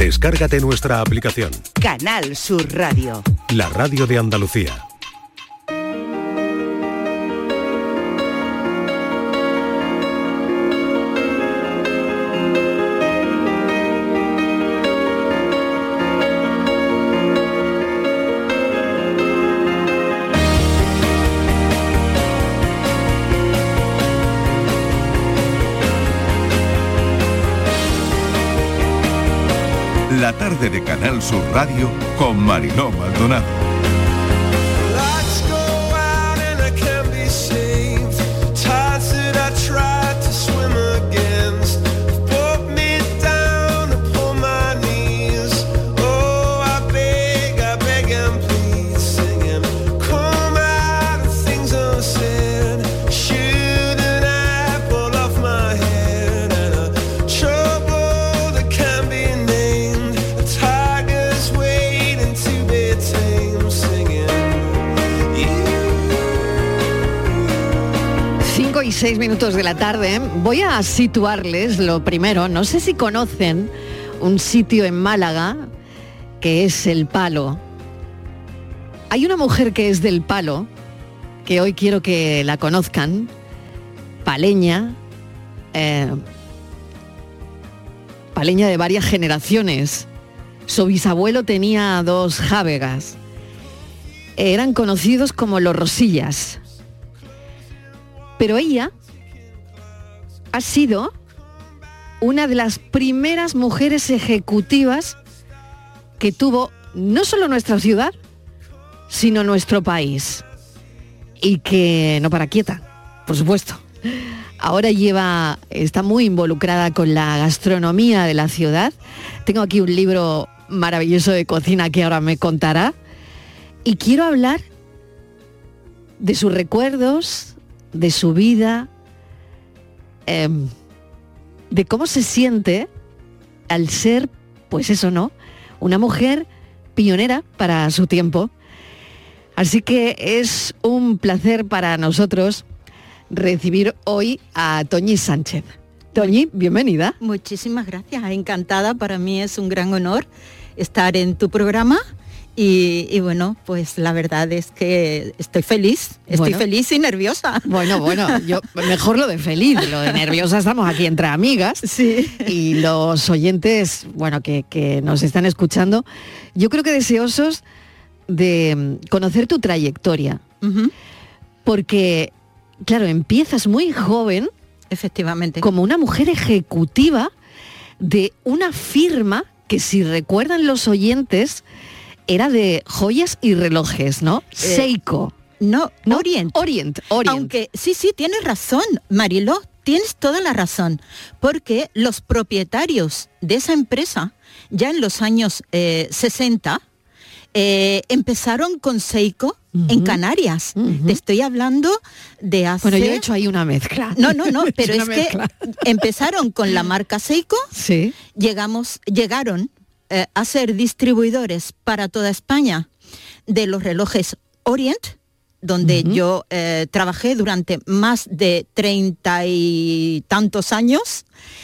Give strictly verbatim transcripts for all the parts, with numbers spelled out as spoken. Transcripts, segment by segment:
Descárgate nuestra aplicación. Canal Sur Radio. La radio de Andalucía. La tarde de Canal Sur Radio con Mariló Maldonado. Seis minutos de la tarde. Voy a situarles lo primero. No sé si conocen un sitio en Málaga que es El Palo. Hay una mujer que es del Palo, que hoy quiero que la conozcan, paleña, eh, paleña de varias generaciones. Su bisabuelo tenía dos jávegas. Eran conocidos como los Rosillas. Pero ella ha sido una de las primeras mujeres ejecutivas que tuvo no solo nuestra ciudad, sino nuestro país. Y que no para quieta, por supuesto. Ahora lleva, está muy involucrada con la gastronomía de la ciudad. Tengo aquí un libro maravilloso de cocina que ahora me contará. Y quiero hablar de sus recuerdos, de su vida, eh, de cómo se siente al ser, pues eso, ¿no?, una mujer pionera para su tiempo. Así que es un placer para nosotros recibir hoy a Toñi Sánchez. Toñi, bienvenida. Muchísimas gracias, encantada, para mí es un gran honor estar en tu programa. Y, y bueno, pues la verdad es que estoy feliz, estoy bueno, feliz y nerviosa. Bueno, bueno, yo mejor lo de feliz, lo de nerviosa estamos aquí entre amigas. Sí. Y los oyentes, bueno, que, que nos están escuchando, yo creo que deseosos de conocer tu trayectoria. Uh-huh. Porque, claro, empiezas muy joven. Efectivamente. Como una mujer ejecutiva de una firma que, si recuerdan los oyentes, era de joyas y relojes, ¿no? Eh, Seiko. No, no, Orient. Orient, Orient. Aunque sí, sí, tienes razón, Mariló, tienes toda la razón, porque los propietarios de esa empresa, ya en los años eh, sesenta, eh, empezaron con Seiko uh-huh. en Canarias. Uh-huh. Te estoy hablando de hace... Bueno, yo he hecho ahí una mezcla. No, no, no, pero es mezcla. que empezaron con la marca Seiko, sí. llegamos, llegaron Eh, a ser distribuidores para toda España de los relojes Orient, donde uh-huh. yo eh, trabajé durante más de treinta y tantos años,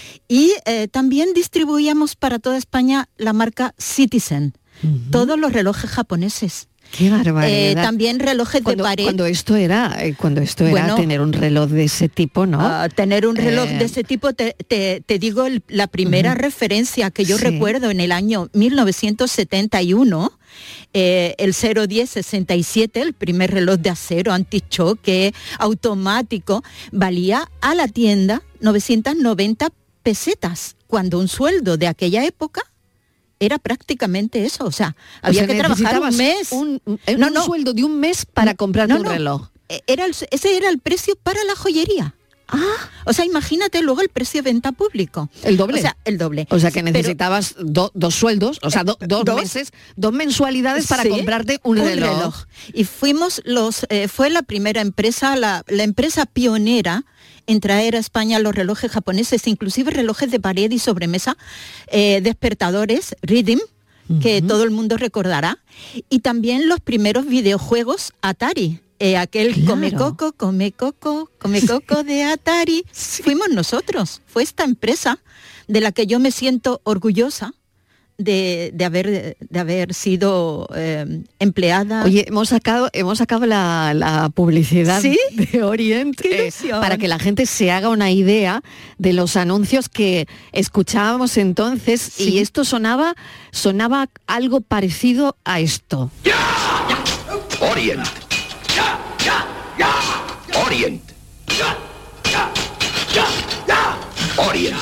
y eh, también distribuíamos para toda España la marca Citizen, uh-huh. todos los relojes japoneses. ¡Qué barbaridad! Eh, también relojes cuando, de pared. Cuando esto era, eh, cuando esto era bueno, tener un reloj de ese tipo, ¿no? Uh, tener un reloj eh... de ese tipo, te, te, te digo el, la primera uh-huh. referencia que yo sí. recuerdo en el año mil novecientos setenta y uno, eh, el cero diez sesenta y siete, el primer reloj de acero antichoque, automático, valía a la tienda novecientas noventa pesetas, cuando un sueldo de aquella época era prácticamente eso, o sea, había o sea, que trabajar un mes. Un, un, no, un no. sueldo de un mes para no, comprar no, un no. reloj. Era el, ese era el precio para la joyería. Ah, o sea, imagínate luego el precio de venta público. El doble. O sea, el doble. O sea, que necesitabas Pero, do, dos sueldos, o sea, do, dos, dos meses, dos mensualidades para sí, comprarte un, un reloj. reloj. Y fuimos los, eh, fue la primera empresa, la, la empresa pionera en traer a España los relojes japoneses, inclusive relojes de pared y sobremesa, eh, despertadores, Rhythm, uh-huh. que todo el mundo recordará, y también los primeros videojuegos Atari. Eh, aquel claro. come coco, come coco, come coco de Atari, sí. fuimos nosotros, fue esta empresa de la que yo me siento orgullosa de, de, haber, de haber sido eh, empleada. Oye, hemos sacado, hemos sacado la, la publicidad ¿Sí? de Orient eh, para que la gente se haga una idea de los anuncios que escuchábamos entonces. Sí. Y esto sonaba, sonaba algo parecido a esto. ¡Ya! ¡Ya! Orient. ¡Ya! ¡Ya! ¡Ya! Orient. ¡Ya! ¡Ya! ¡Ya! ¡Ya! Orient.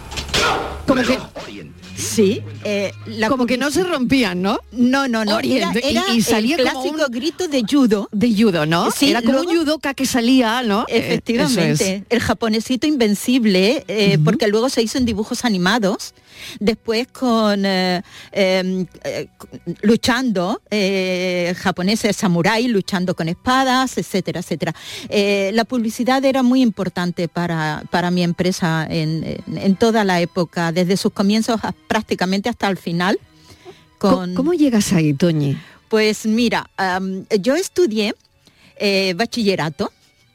Como que... Sí, eh, la como que no se rompían, ¿no? No, no, no. Orient, era, era y, y salía el clásico como un grito de judo. De judo, ¿no? Sí, era como luego, un judoka que salía, ¿no? Efectivamente. Eh, el japonesito invencible, eh, uh-huh. porque luego se hizo en dibujos animados. Después con eh, eh, eh, luchando, eh, japoneses samurái luchando con espadas, etcétera, etcétera. Eh, la publicidad era muy importante para, para mi empresa en, en, en toda la época, desde sus comienzos a, prácticamente hasta el final. Con... ¿Cómo, ¿Cómo llegas ahí, Toñi? Pues mira, um, yo estudié eh, bachillerato.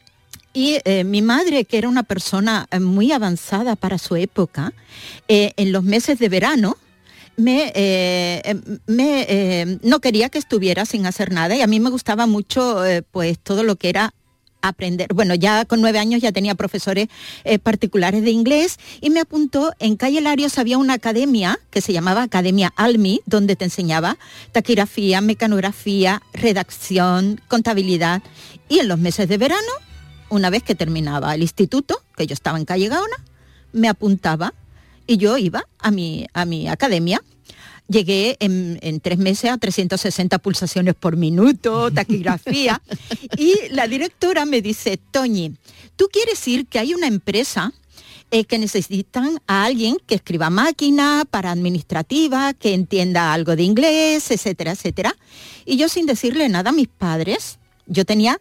Y eh, mi madre, que era una persona eh, muy avanzada para su época, eh, en los meses de verano, me, eh, me eh, no quería que estuviera sin hacer nada, y a mí me gustaba mucho eh, pues todo lo que era aprender. Bueno, ya con nueve años ya tenía profesores eh, particulares de inglés, y me apuntó. En Calle Larios había una academia que se llamaba Academia Almi, donde te enseñaba taquigrafía, mecanografía, redacción, contabilidad, y en los meses de verano, una vez que terminaba el instituto, que yo estaba en Calle Gaona, me apuntaba y yo iba a mi, a mi academia. Llegué en, en tres meses a trescientas sesenta pulsaciones por minuto, taquigrafía, y la directora me dice: Toñi, ¿tú quieres decir que hay una empresa eh, que necesitan a alguien que escriba máquina, para administrativa, que entienda algo de inglés, etcétera, etcétera? Y yo, sin decirle nada a mis padres, yo tenía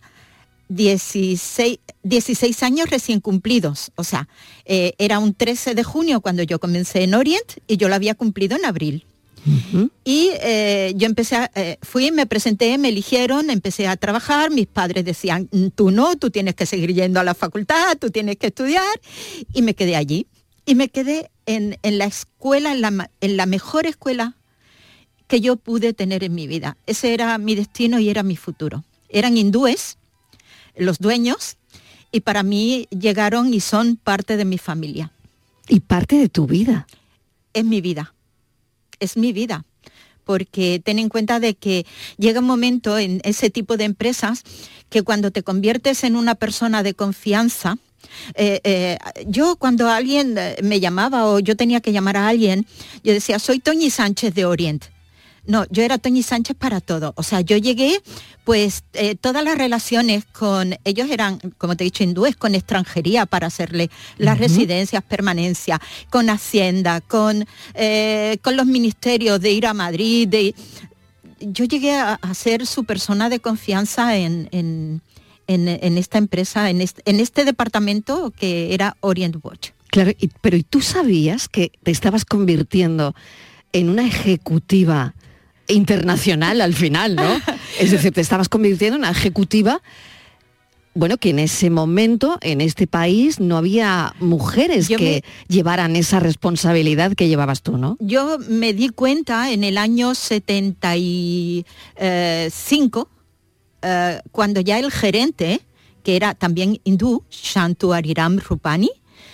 dieciséis, dieciséis años recién cumplidos, o sea, eh, era un trece de junio cuando yo comencé en Orient, y yo lo había cumplido en abril. Uh-huh. Y eh, yo empecé, a, eh, fui, me presenté, me eligieron, empecé a trabajar. Mis padres decían: tú no, tú tienes que seguir yendo a la facultad, tú tienes que estudiar, y me quedé allí, y me quedé en, en la escuela, en la, en la mejor escuela que yo pude tener en mi vida. Ese era mi destino y era mi futuro. Eran hindúes los dueños, y para mí llegaron y son parte de mi familia. Y parte de tu vida. Es mi vida, es mi vida, porque ten en cuenta de que llega un momento en ese tipo de empresas que cuando te conviertes en una persona de confianza, eh, eh, yo cuando alguien me llamaba o yo tenía que llamar a alguien, yo decía: soy Toñi Sánchez de Orient. No, yo era Toñi Sánchez para todo. O sea, yo llegué, pues, eh, todas las relaciones con ellos eran, como te he dicho, hindúes, con extranjería para hacerle las uh-huh. residencias, permanencia, con Hacienda, con, eh, con los ministerios de ir a Madrid. De... Yo llegué a, a ser su persona de confianza en, en, en, en esta empresa, en este, en este departamento que era Orient Watch. Claro, y, pero ¿y tú sabías que te estabas convirtiendo en una ejecutiva internacional al final, ¿no? Es decir, te estabas convirtiendo en una ejecutiva, bueno, que en ese momento, en este país, no había mujeres yo que me... llevaran esa responsabilidad que llevabas tú, ¿no? Yo me di cuenta en el año setenta y cinco, eh, cuando ya el gerente, que era también hindú, Shantu Ariram Rupani,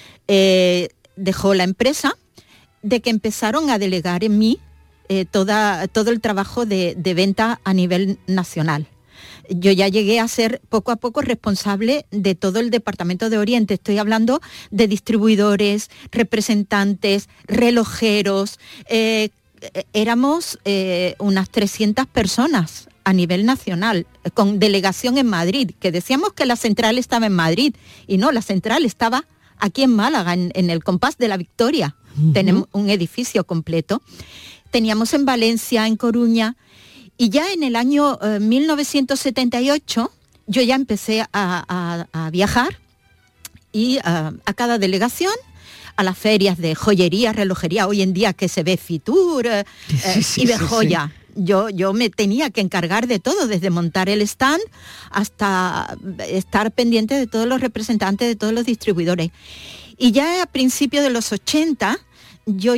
eh, dejó la empresa, de que empezaron a delegar en mí eh, toda, todo el trabajo de, de venta a nivel nacional. Yo ya llegué a ser poco a poco responsable de todo el departamento de Oriente. Estoy hablando de distribuidores, representantes, relojeros. Eh, éramos eh, unas trescientas personas a nivel nacional, con delegación en Madrid, que decíamos que la central estaba en Madrid, y no, la central estaba aquí en Málaga, en, en el Compás de la Victoria. Uh-huh. Tenemos un edificio completo. Teníamos en Valencia, en Coruña, y ya en el año eh, mil novecientos setenta y ocho yo ya empecé a, a, a viajar y a, a cada delegación, a las ferias de joyería, relojería, hoy en día que se ve Fitur eh, sí, sí, y de sí, joya. Sí. Yo, yo me tenía que encargar de todo, desde montar el stand hasta estar pendiente de todos los representantes, de todos los distribuidores. Y ya a principios de los ochenta, yo ya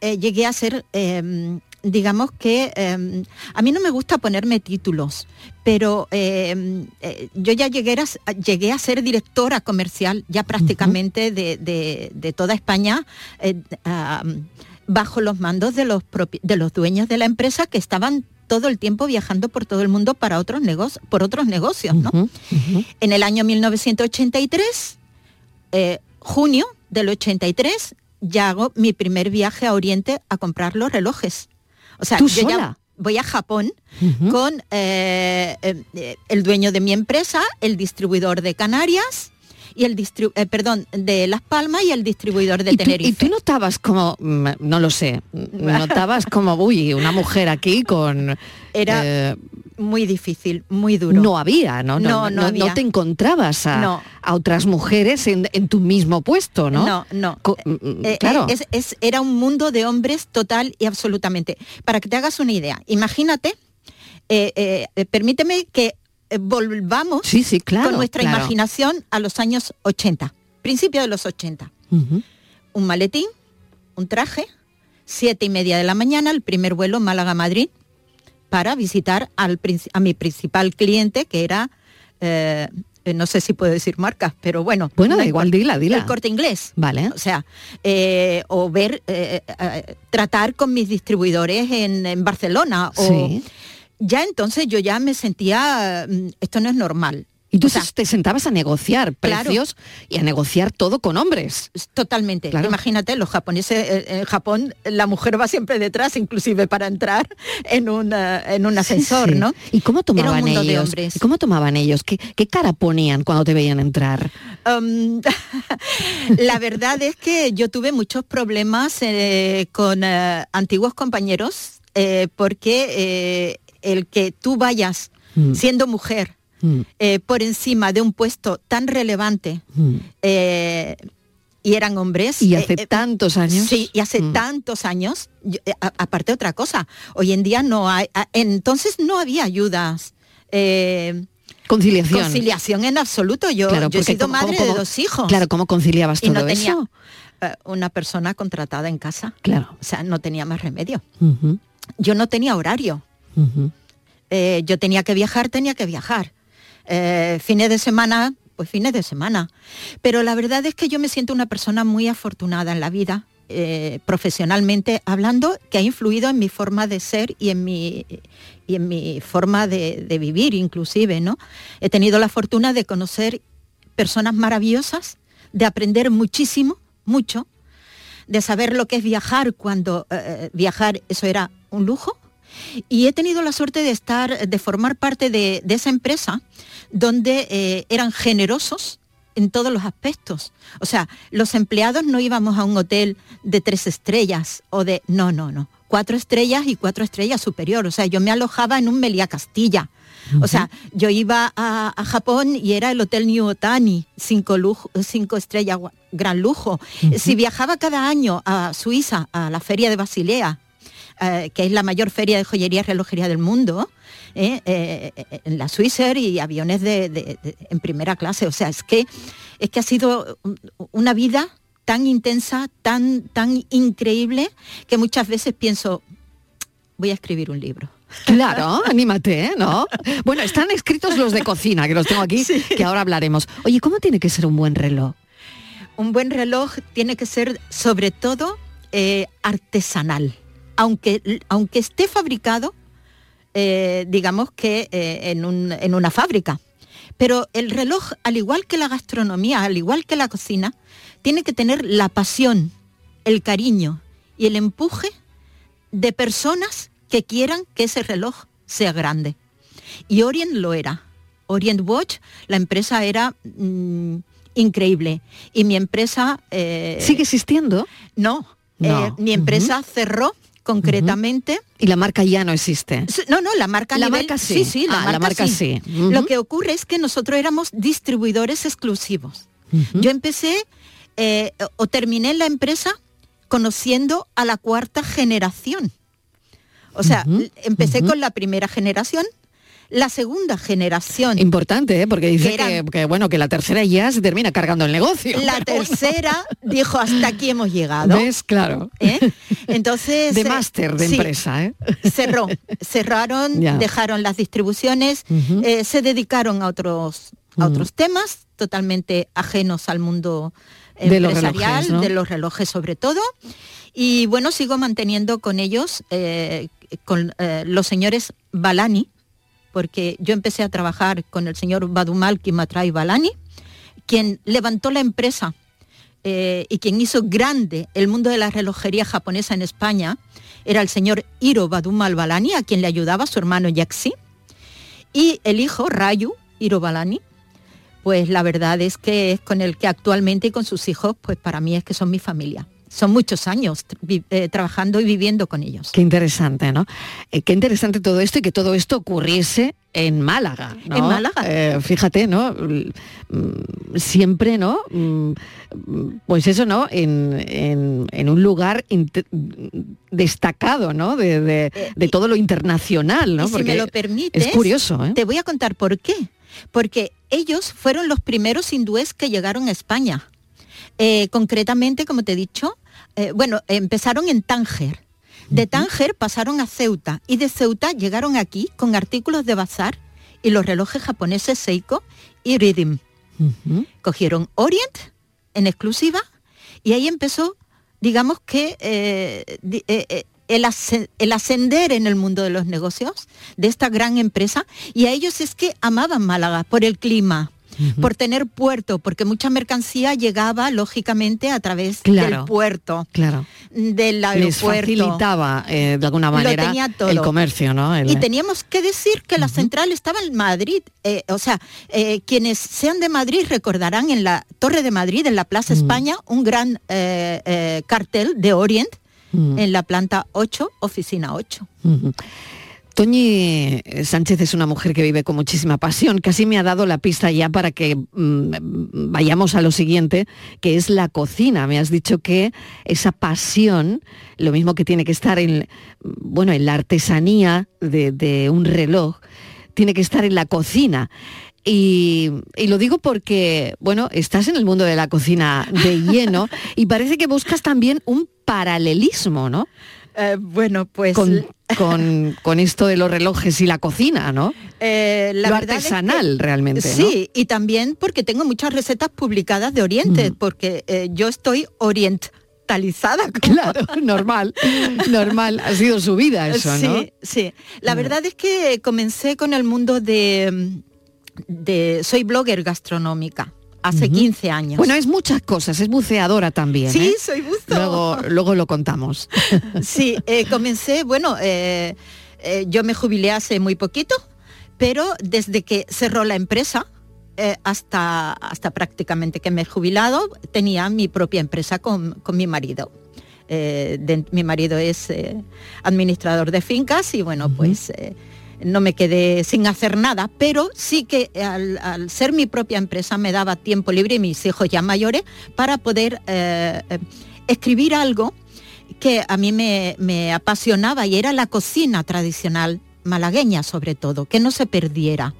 eh, llegué a ser, eh, digamos que, eh, a mí no me gusta ponerme títulos, pero eh, eh, yo ya llegué a, llegué a ser directora comercial ya prácticamente uh-huh. de, de, de toda España, eh, uh, bajo los mandos de los, propi- de los dueños de la empresa, que estaban todo el tiempo viajando por todo el mundo para otros negocios, por otros negocios, ¿no? Uh-huh, uh-huh. En el año mil novecientos ochenta y tres, eh, junio del ochenta y tres, ya hago mi primer viaje a Oriente a comprar los relojes. O sea, ¿Tú yo sola? ya voy a Japón uh-huh. con eh, eh, el dueño de mi empresa, el distribuidor de Canarias, y el distribu- eh, perdón, de Las Palmas y el distribuidor de ¿Y tú, Tenerife. ¿Y tú notabas como, no lo sé, notabas como, uy, una mujer aquí con... Era eh, muy difícil, muy duro. No había, ¿no? No, No, no, no no, había. no te encontrabas a, No. a otras mujeres en, en tu mismo puesto, ¿no? No, no. Co- Eh, claro. es- es- era un mundo de hombres total y absolutamente. Para que te hagas una idea, imagínate, eh, eh, eh, permíteme que eh, volvamos Sí, sí, claro. con nuestra claro. imaginación a los años ochenta, principio de los ochenta. Ujú. Un maletín, un traje, siete y media de la mañana, el primer vuelo Málaga-Madrid, para visitar al, princi- a mi principal cliente, que era, eh, no sé si puedo decir marcas, pero bueno. Bueno, no da igual, importa, dila, dila. El Corte Inglés. Vale. O sea, eh, o ver, eh, eh, tratar con mis distribuidores en, en Barcelona. O, Sí. Ya entonces yo ya me sentía, mm, esto no es normal. Y tú O sea, te sentabas a negociar Claro. precios y a negociar todo con hombres. totalmente. Claro. Imagínate, los japoneses, eh, en Japón la mujer va siempre detrás, inclusive para entrar en un, eh, en un ascensor, Sí, sí. ¿no? ¿Y cómo tomaban Era un mundo de ellos? hombres. ¿Y cómo tomaban ellos? ¿Qué, qué cara ponían cuando te veían entrar? Um, la verdad es que yo tuve muchos problemas eh, con eh, antiguos compañeros eh, porque eh, el que tú vayas Mm. siendo mujer Mm. eh, por encima de un puesto tan relevante Mm. eh, y eran hombres. Y eh, hace eh, tantos años. Sí, y hace Mm. tantos años, yo- eh, a- aparte otra cosa, hoy en día no hay, a- entonces no había ayudas. Eh, Conciliación. conciliación en absoluto. Yo, Claro, yo he porque sido ¿cómo- madre cómo- de dos hijos. Claro, ¿cómo conciliabas y todo no tenía eso? eh, una persona contratada en casa. Claro. O sea, no tenía más remedio. Ujú, Yo no tenía horario. ujú. Eh, yo tenía que viajar, tenía que viajar. Eh, fines de semana, pues fines de semana. Pero la verdad es que yo me siento una persona muy afortunada en la vida, eh, profesionalmente hablando, que ha influido en mi forma de ser y en mi, y en mi forma de, de vivir inclusive, ¿no? He tenido la fortuna de conocer personas maravillosas, de aprender muchísimo, mucho, de saber lo que es viajar cuando eh, viajar, eso era un lujo. Y he tenido la suerte de estar, de formar parte de, de esa empresa donde eh, eran generosos en todos los aspectos. O sea, los empleados no íbamos a un hotel de tres estrellas o de... No, no, no. Cuatro estrellas y cuatro estrellas superior. O sea, yo me alojaba en un Meliá Castilla. O sea, yo iba a, a Japón y era el Hotel New Otani, cinco, lujo, cinco estrellas, gran lujo. Uh-huh. Si viajaba cada año a Suiza, a la Feria de Basilea, eh, que es la mayor feria de joyería y relojería del mundo, eh, eh, en la Swissair, y aviones de, de, de, en primera clase. O sea, es que, es que ha sido una vida tan intensa, tan, tan increíble, que muchas veces pienso, voy a escribir un libro. Claro, anímate, ¿no? Bueno, están escritos los de cocina, que los tengo aquí, sí. Que ahora hablaremos. Oye, ¿cómo tiene que ser un buen reloj? Un buen reloj tiene que ser, sobre todo, eh, artesanal. Aunque, aunque esté fabricado, eh, digamos que eh, en, un, en una fábrica. Pero el reloj, al igual que la gastronomía, al igual que la cocina, tiene que tener la pasión, el cariño y el empuje de personas que quieran que ese reloj sea grande. Y Orient lo era. Orient Watch, la empresa era mmm, increíble. Y mi empresa... Eh, ¿Sigue existiendo? No. no. Eh, mi empresa uh-huh. cerró concretamente. Uh-huh. ¿Y la marca ya no existe? No, no, la marca... La nivel, marca sí. Sí, sí, la ah, marca, la marca sí. sí. Uh-huh. Lo que ocurre es que nosotros éramos distribuidores exclusivos. Uh-huh. Yo empecé eh, o terminé la empresa conociendo a la cuarta generación. O sea, uh-huh, empecé uh-huh. con la primera generación, la segunda generación. Importante, ¿eh? Porque dice que, eran, que, que, bueno, que la tercera ya se termina cargando el negocio. La tercera bueno. dijo, hasta aquí hemos llegado. ¿Ves? Claro. ¿Eh? Entonces... De eh, máster de sí, empresa, ¿eh? Cerró, cerraron, ya. dejaron las distribuciones, uh-huh. eh, se dedicaron a otros, a uh-huh. otros temas totalmente ajenos al mundo de empresarial, los relojes, ¿no? De los relojes sobre todo. Y bueno, sigo manteniendo con ellos, eh, con eh, los señores Balani, porque yo empecé a trabajar con el señor Badumalki Matrai Balani, quien levantó la empresa eh, y quien hizo grande el mundo de la relojería japonesa en España, era el señor Hiro Badumal Balani, a quien le ayudaba su hermano Yaxi, y el hijo Rayu Hiro Balani, pues la verdad es que es con el que actualmente y con sus hijos, pues para mí es que son mi familia. Son muchos años eh, trabajando y viviendo con ellos. Qué interesante, ¿no? Eh, qué interesante todo esto y que todo esto ocurriese en Málaga, ¿no? En Málaga. Eh, fíjate, ¿no? Siempre, ¿no? Pues eso, ¿no? En, en, en un lugar inter- destacado, ¿no? De, de, de todo lo internacional, ¿no? Y si porque me lo permites, es curioso, ¿eh? Te voy a contar por qué. Porque ellos fueron los primeros hindúes que llegaron a España. Eh, concretamente, como te he dicho, eh, bueno, empezaron en Tánger. De Tánger pasaron a Ceuta y de Ceuta llegaron aquí con artículos de bazar y los relojes japoneses Seiko y Rhythm. Uh-huh. Cogieron Orient en exclusiva y ahí empezó, digamos que eh, eh, eh, el, asc- el ascender en el mundo de los negocios de esta gran empresa, y a ellos es que amaban Málaga por el clima. Uh-huh. Por tener puerto, porque mucha mercancía llegaba lógicamente a través claro, del puerto, claro. del aeropuerto. Les facilitaba eh, de alguna manera el comercio, ¿no? El... Y teníamos que decir que uh-huh. la central estaba en Madrid. Eh, o sea, eh, quienes sean de Madrid recordarán en la Torre de Madrid, en la Plaza uh-huh. España, un gran eh, eh, cartel de Orient uh-huh. en la planta ocho, oficina ocho. Uh-huh. Toñi Sánchez es una mujer que vive con muchísima pasión. Casi me ha dado la pista ya para que mmm, vayamos a lo siguiente, que es la cocina. Me has dicho que esa pasión, lo mismo que tiene que estar en, bueno, en la artesanía de, de un reloj, tiene que estar en la cocina. Y, y lo digo porque, bueno, estás en el mundo de la cocina de lleno y parece que buscas también un paralelismo, ¿no? Eh, bueno, pues... Con, con, con esto de los relojes y la cocina, ¿no? Eh, la Lo verdad artesanal es que, realmente, sí, ¿no? Y también porque tengo muchas recetas publicadas de Oriente, mm. porque eh, yo estoy orientalizada. Claro, normal, normal. Ha sido su vida eso, sí, ¿no? Sí, sí. La mm. verdad es que comencé con el mundo de... de soy blogger gastronómica. Hace uh-huh. quince años. Bueno, es muchas cosas, es buceadora también. Sí, ¿eh? soy buzo. Luego, luego lo contamos. Sí, eh, comencé, bueno, eh, eh, yo me jubilé hace muy poquito, pero desde que cerró la empresa, eh, hasta, hasta prácticamente que me he jubilado, tenía mi propia empresa con, con mi marido. Eh, de, mi marido es eh, administrador de fincas y bueno, uh-huh. pues... Eh, no me quedé sin hacer nada, pero sí que al, al ser mi propia empresa me daba tiempo libre, y mis hijos ya mayores, para poder eh, escribir algo que a mí me, me apasionaba, y era la cocina tradicional malagueña sobre todo, que no se perdiera.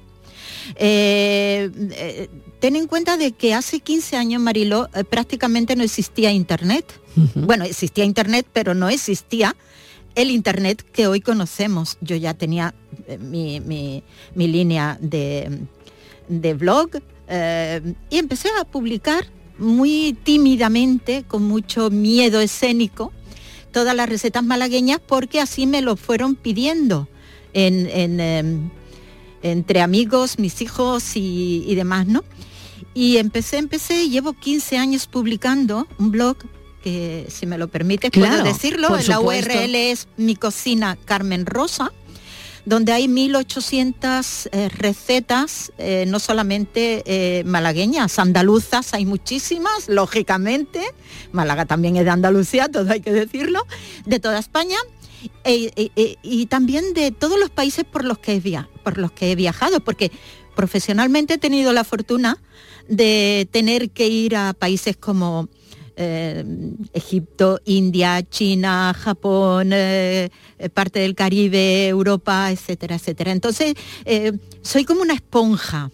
Eh, eh, ten en cuenta de que hace quince años, Mariló, eh, prácticamente no existía internet. Uh-huh. Bueno, existía internet, pero no existía el internet que hoy conocemos. Yo ya tenía eh, mi, mi, mi línea de, de blog eh, y empecé a publicar muy tímidamente, con mucho miedo escénico, todas las recetas malagueñas, porque así me lo fueron pidiendo en, en, eh, entre amigos, mis hijos y, y demás, ¿no? Y empecé, empecé, y llevo quince años publicando un blog que, si me lo permites, claro, puedo decirlo. La U R L es Mi Cocina Carmen Rosa, donde hay mil ochocientas eh, recetas, eh, no solamente eh, malagueñas, andaluzas hay muchísimas, lógicamente. Málaga también es de Andalucía, todo hay que decirlo, de toda España, e, e, e, y también de todos los países por los que he via- por los que he viajado, porque profesionalmente he tenido la fortuna de tener que ir a países como eh, Egipto, India, China, Japón, eh, parte del Caribe, Europa, etcétera, etcétera. Entonces, eh, soy como una esponja.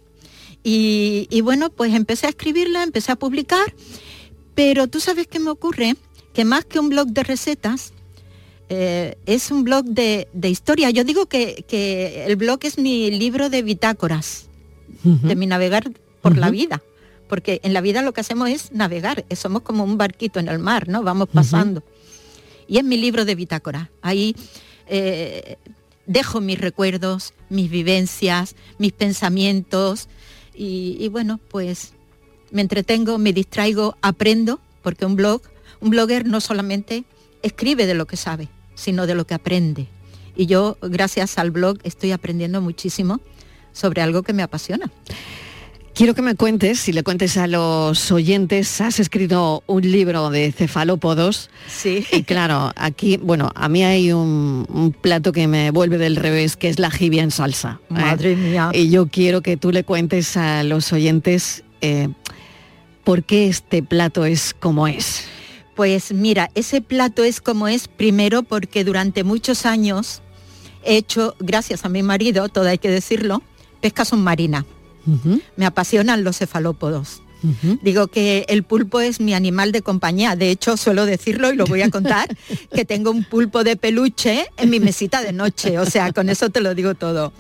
Y, y bueno, pues empecé a escribirla, empecé a publicar, pero tú sabes qué me ocurre, que más que un blog de recetas, eh, es un blog de, de historia. Yo digo que, que el blog es mi libro de bitácoras, uh-huh. de mi navegar por uh-huh. la vida. Porque en la vida lo que hacemos es navegar, somos como un barquito en el mar, ¿no? Vamos pasando. Uh-huh. Y es mi libro de bitácora. Ahí eh, dejo mis recuerdos, mis vivencias, mis pensamientos y, y bueno, pues me entretengo, me distraigo, aprendo, porque un blog, un blogger no solamente escribe de lo que sabe, sino de lo que aprende. Y yo, gracias al blog, estoy aprendiendo muchísimo sobre algo que me apasiona. Quiero que me cuentes, si le cuentes a los oyentes, has escrito un libro de cefalópodos. Sí. Y claro, aquí, bueno, a mí hay un, un plato que me vuelve del revés, que es la jibia en salsa. Madre ¿eh? mía. Y yo quiero que tú le cuentes a los oyentes eh, por qué este plato es como es. Pues mira, ese plato es como es, primero porque durante muchos años he hecho, gracias a mi marido, todo hay que decirlo, pesca submarina. Uh-huh. Me apasionan los cefalópodos. Uh-huh. Digo que el pulpo es mi animal de compañía. De hecho, suelo decirlo y lo voy a contar, que tengo un pulpo de peluche en mi mesita de noche. O sea, con eso te lo digo todo.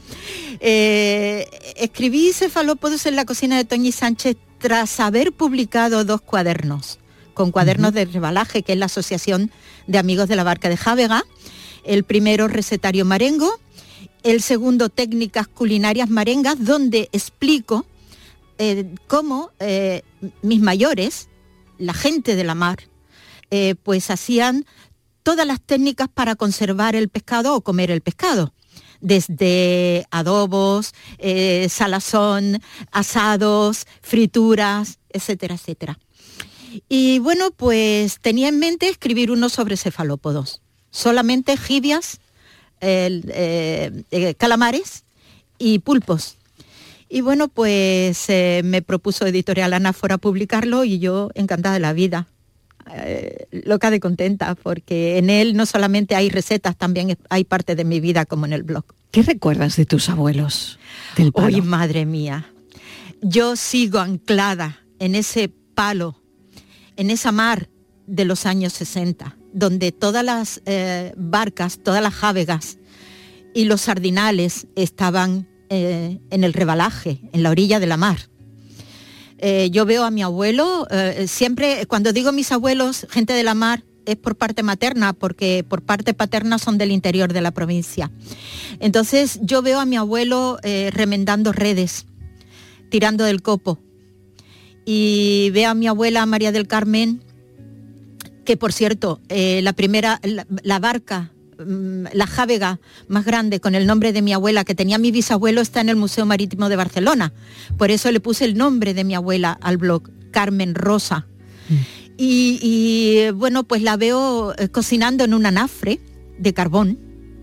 Eh, escribí cefalópodos en la cocina de Toñi Sánchez tras haber publicado dos cuadernos, con cuadernos uh-huh. de rebalaje, que es la Asociación de Amigos de la Barca de Jábega. El primero, recetario marengo. El segundo, técnicas culinarias marengas, donde explico eh, cómo eh, mis mayores, la gente de la mar, eh, pues hacían todas las técnicas para conservar el pescado o comer el pescado. Desde adobos, eh, salazón, asados, frituras, etcétera, etcétera. Y bueno, pues tenía en mente escribir uno sobre cefalópodos. Solamente jibias, El, eh, eh, calamares y pulpos. Y bueno, pues eh, me propuso Editorial Anáfora publicarlo y yo encantada de la vida, eh, loca de contenta, porque en él no solamente hay recetas, también hay parte de mi vida como en el blog. ¿Qué recuerdas de tus abuelos? Del palo? ¡Ay, madre mía! Yo sigo anclada en ese palo, en esa mar de los años sesenta, donde todas las eh, barcas, todas las jávegas y los sardinales estaban eh, en el rebalaje, en la orilla de la mar. Eh, yo veo a mi abuelo, eh, siempre, cuando digo mis abuelos, gente de la mar, es por parte materna, porque por parte paterna son del interior de la provincia. Entonces yo veo a mi abuelo eh, remendando redes, tirando del copo, y veo a mi abuela María del Carmen, que por cierto, eh, la primera, la, la barca, mmm, la jávega más grande con el nombre de mi abuela, que tenía mi bisabuelo, está en el Museo Marítimo de Barcelona. Por eso le puse el nombre de mi abuela al blog, Carmen Rosa. Mm. Y, y bueno, pues la veo eh, cocinando en un anafre de carbón,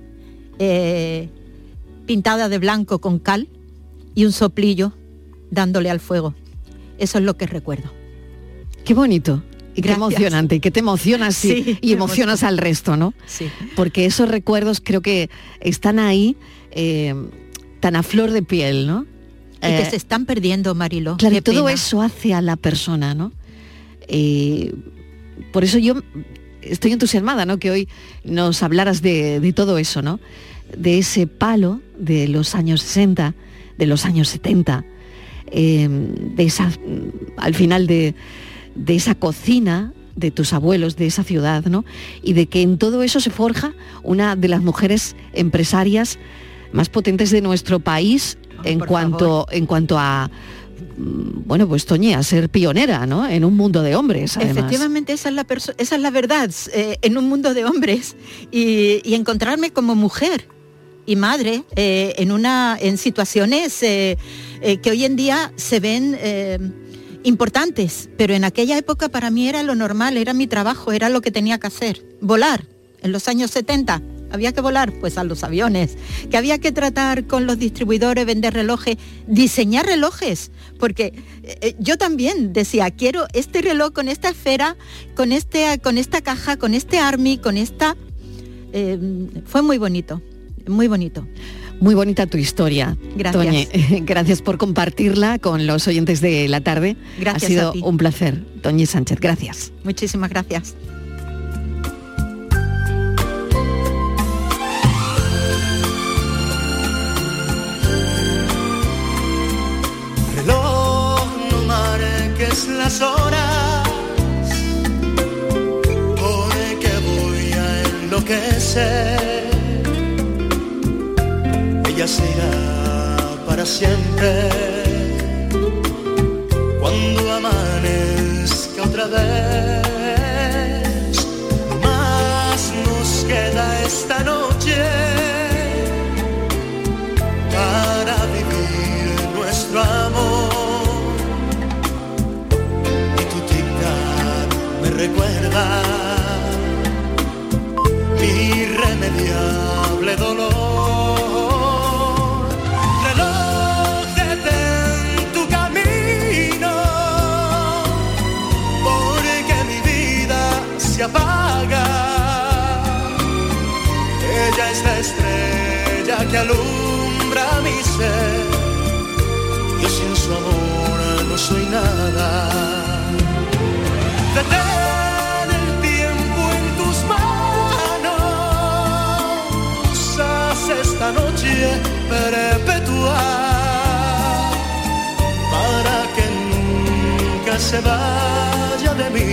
eh, pintada de blanco con cal y un soplillo dándole al fuego. Eso es lo que recuerdo. Qué bonito. Y qué emocionante, y que te emocionas sí, y, y emocionas al resto, ¿no? Sí. Porque esos recuerdos creo que están ahí eh, tan a flor de piel, ¿no? Y eh, que se están perdiendo, Mariló. Claro, qué todo pena. Eso hace a la persona, ¿no? Eh, por eso yo estoy entusiasmada, ¿no? Que hoy nos hablaras de, de todo eso, ¿no? De ese palo de los años sesenta, de los años setenta, eh, de esa, al final de... de esa cocina de tus abuelos, de esa ciudad, ¿no? Y de que en todo eso se forja una de las mujeres empresarias más potentes de nuestro país oh, en cuanto favor. en cuanto a bueno, pues Toñi, a ser pionera, ¿no? En un mundo de hombres, además. Efectivamente, esa es la perso- esa es la verdad, eh, en un mundo de hombres y, y encontrarme como mujer y madre eh, en una en situaciones eh, eh, que hoy en día se ven eh, importantes, pero en aquella época para mí era lo normal, era mi trabajo, era lo que tenía que hacer. Volar en los años setenta había que volar pues a los aviones, que había que tratar con los distribuidores, vender relojes, diseñar relojes, porque eh, yo también decía, quiero este reloj con esta esfera, con, este, con esta caja, con este army, con esta... Eh, fue muy bonito, muy bonito. Muy bonita tu historia, gracias. Toñi. Gracias por compartirla con los oyentes de la tarde. Gracias. Ha sido a ti. un placer, Toñi Sánchez. Gracias. Muchísimas gracias. Reloj, no marques las horas, porque voy a enloquecer. Ella será para siempre cuando amanezca otra vez. No más nos queda esta noche para vivir nuestro amor. Y tu tic-tac me recuerda mi irremediable dolor. Se apaga, ella es la estrella que alumbra mi ser. Yo sin su amor no soy nada. Detén el tiempo en tus manos, haz esta noche perpetua para que nunca se vaya de mí,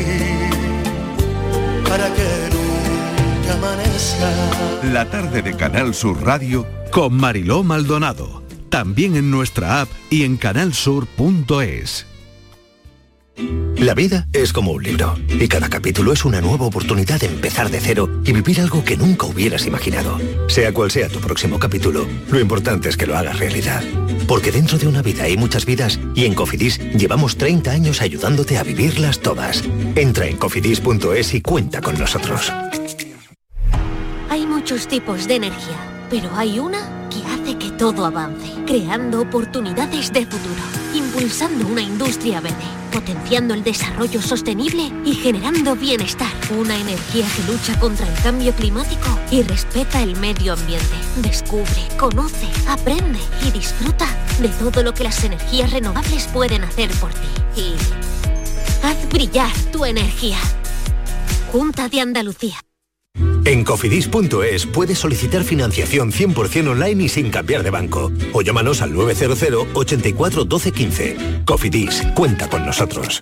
para que nunca amanezca. La tarde de Canal Sur Radio con Mariló Maldonado. También en nuestra app y en canal sur punto es. La vida es como un libro y cada capítulo es una nueva oportunidad de empezar de cero y vivir algo que nunca hubieras imaginado. Sea cual sea tu próximo capítulo, lo importante es que lo hagas realidad. Porque dentro de una vida hay muchas vidas y en Cofidis llevamos treinta años ayudándote a vivirlas todas. Entra en cofidis punto es y cuenta con nosotros. Hay muchos tipos de energía, pero hay una que hace que todo avance, creando oportunidades de futuro, impulsando una industria verde, potenciando el desarrollo sostenible y generando bienestar. Una energía que lucha contra el cambio climático y respeta el medio ambiente. Descubre, conoce, aprende y disfruta de todo lo que las energías renovables pueden hacer por ti. Y haz brillar tu energía. Junta de Andalucía. En cofidis punto es puedes solicitar financiación cien por ciento online y sin cambiar de banco. O llámanos al nueve cero cero, ochenta y cuatro, doce, quince. Cofidis, cuenta con nosotros.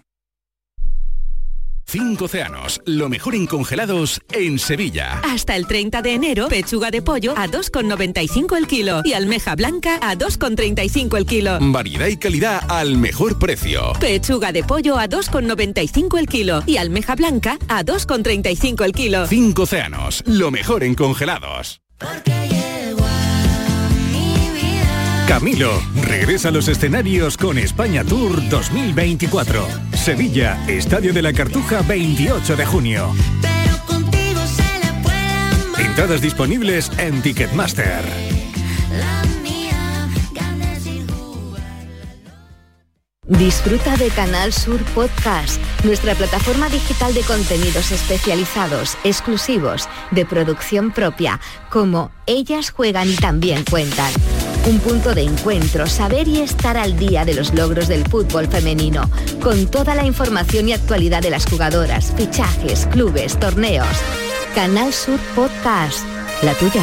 Cinco océanos, lo mejor en congelados en Sevilla. Hasta el treinta de enero, pechuga de pollo a dos con noventa y cinco el kilo y almeja blanca a dos con treinta y cinco el kilo. Variedad y calidad al mejor precio. Pechuga de pollo a dos con noventa y cinco el kilo y almeja blanca a dos con treinta y cinco el kilo. Cinco océanos, lo mejor en congelados. Camilo regresa a los escenarios con España Tour dos mil veinticuatro. Sevilla, Estadio de la Cartuja, veintiocho de junio. Entradas disponibles en Ticketmaster. Disfruta de Canal Sur Podcast, nuestra plataforma digital de contenidos especializados, exclusivos, de producción propia, como Ellas Juegan y También Cuentan. Un punto de encuentro, saber y estar al día de los logros del fútbol femenino, con toda la información y actualidad de las jugadoras, fichajes, clubes, torneos. Canal Sur Podcast, la tuya.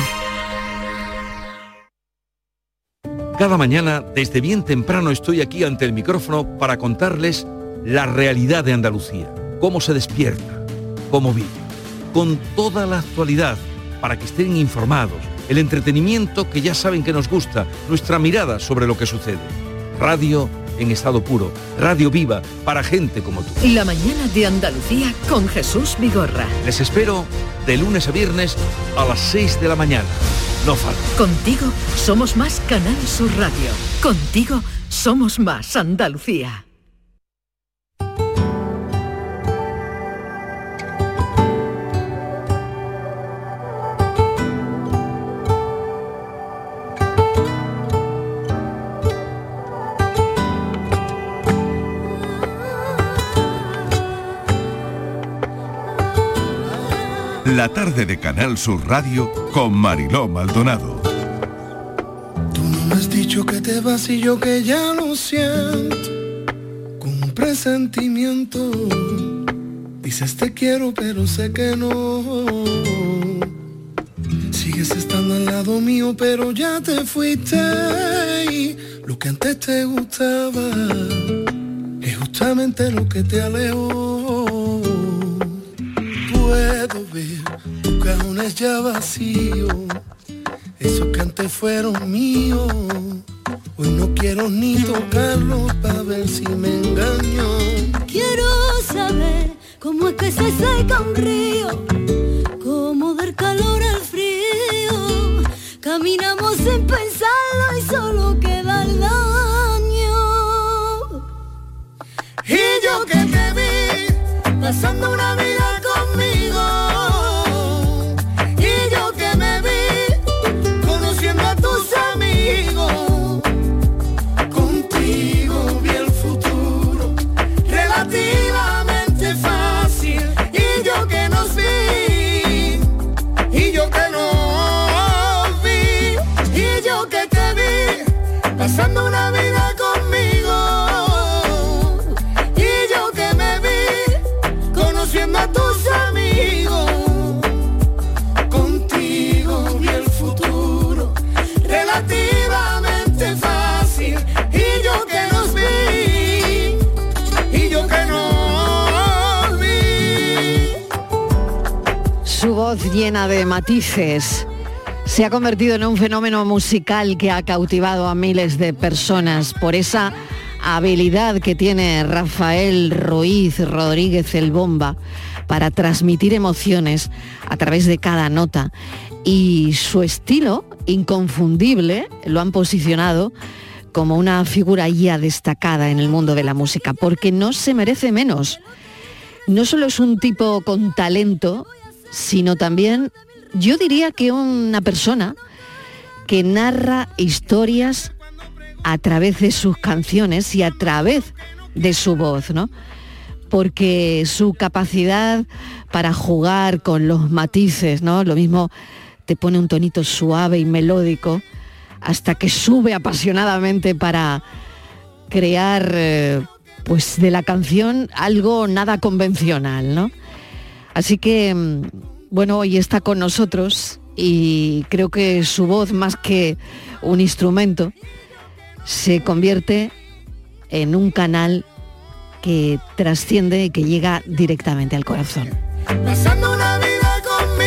Cada mañana, desde bien temprano, estoy aquí ante el micrófono para contarles la realidad de Andalucía, cómo se despierta, cómo vive, con toda la actualidad, para que estén informados, el entretenimiento que ya saben que nos gusta, nuestra mirada sobre lo que sucede. Radio en estado puro, radio viva para gente como tú. La mañana de Andalucía con Jesús Vigorra. Les espero de lunes a viernes a las seis de la mañana. No falta. Contigo somos más Canal Sur Radio. Contigo somos más Andalucía. La tarde de Canal Sur Radio con Mariló Maldonado. Tú no me has dicho que te vas y yo que ya lo siento, con un presentimiento. Dices te quiero pero sé que no. Sigues estando al lado mío pero ya te fuiste. Y lo que antes te gustaba es justamente lo que te alejó. Puedo ver tus cajones ya vacíos, esos que antes fueron míos. Hoy no quiero ni tocarlos para ver si me engaño. Quiero saber cómo es que se seca un río, cómo dar calor al frío. Caminamos sin pensarlo y solo queda el daño. Y yo que te vi pasando una vida conmigo, y yo que me vi conociendo a tus amigos. Contigo vi el futuro relativamente fácil, y yo que nos vi, y yo que nos vi, y yo que te vi pasando una vida conmigo, y yo que me vi conociendo a tus amigos. Contigo vi el futuro relativamente fácil, y yo que nos vi, y yo que nos vi. Su voz llena de matices se ha convertido en un fenómeno musical que ha cautivado a miles de personas por esa habilidad que tiene Rafael Ruiz Rodríguez el Bomba para transmitir emociones a través de cada nota, y su estilo inconfundible lo han posicionado como una figura ya destacada en el mundo de la música, porque no se merece menos. No solo es un tipo con talento, sino también, yo diría que una persona que narra historias a través de sus canciones y a través de su voz, ¿no? Porque su capacidad para jugar con los matices, ¿no? Lo mismo te pone un tonito suave y melódico hasta que sube apasionadamente para crear, eh, pues, de la canción algo nada convencional, ¿no? Así que, bueno, hoy está con nosotros y creo que su voz, más que un instrumento, se convierte en un canal que trasciende y que llega directamente al corazón. Pasando una vida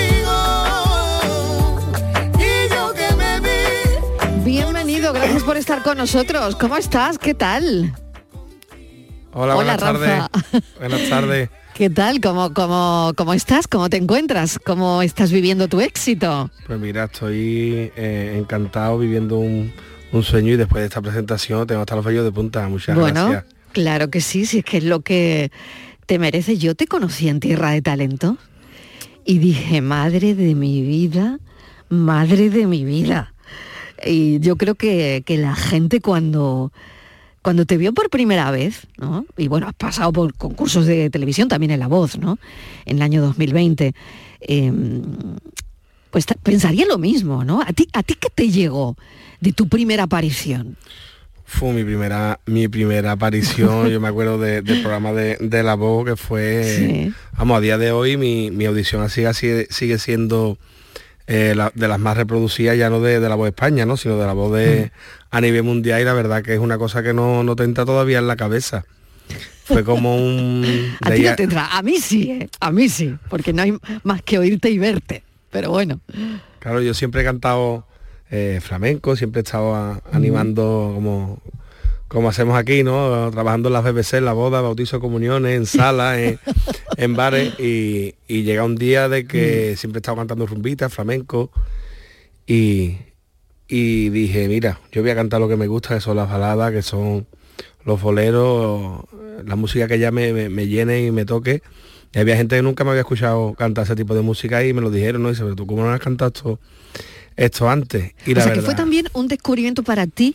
conmigo, y yo que me vi. Bienvenido, gracias por estar con nosotros. ¿Cómo estás? ¿Qué tal? Hola, buenas Rafa. tardes. Buenas tardes. ¿Qué tal? ¿Cómo, cómo, ¿Cómo estás? ¿Cómo te encuentras? ¿Cómo estás viviendo tu éxito? Pues mira, estoy eh, encantado viviendo un, un sueño, y después de esta presentación tengo hasta los vellos de punta. Muchas bueno, gracias. Claro que sí, si es que es lo que te mereces. Yo te conocí en Tierra de Talento y dije, madre de mi vida, madre de mi vida. Y yo creo que, que la gente cuando... Cuando te vio por primera vez, ¿no? Y bueno, has pasado por concursos de televisión, también en La Voz, ¿no? En el año dos mil veinte. Eh, pues pensaría lo mismo, ¿no? ¿A ti, ¿A ti qué te llegó de tu primera aparición? Fue mi primera, mi primera aparición, yo me acuerdo de, del programa de, de La Voz, que fue, sí. Vamos, a día de hoy mi, mi audición así, así sigue siendo eh, la, de las más reproducidas, ya no de, de La Voz España, ¿no? Sino de La Voz de... Mm. a nivel mundial, y la verdad que es una cosa que no, no te entra todavía en la cabeza. Fue como un... a ti no te entra, a mí sí, ¿eh? A mí sí, porque no hay más que oírte y verte, pero bueno. Claro, yo siempre he cantado eh, flamenco, siempre he estado a, animando como, como hacemos aquí, ¿no? Trabajando en las B B C, en la boda, bautizo, comuniones, en salas, en, en bares, y, y llega un día de que mm. siempre he estado cantando rumbitas, flamenco, y... y dije, mira, yo voy a cantar lo que me gusta, que son las baladas, que son los boleros, la música que ya me, me, me llene y me toque. Y había gente que nunca me había escuchado cantar ese tipo de música y me lo dijeron, ¿no? Y dice, pero tú cómo no has cantado esto, esto antes. Y o la sea, verdad, que fue también un descubrimiento para ti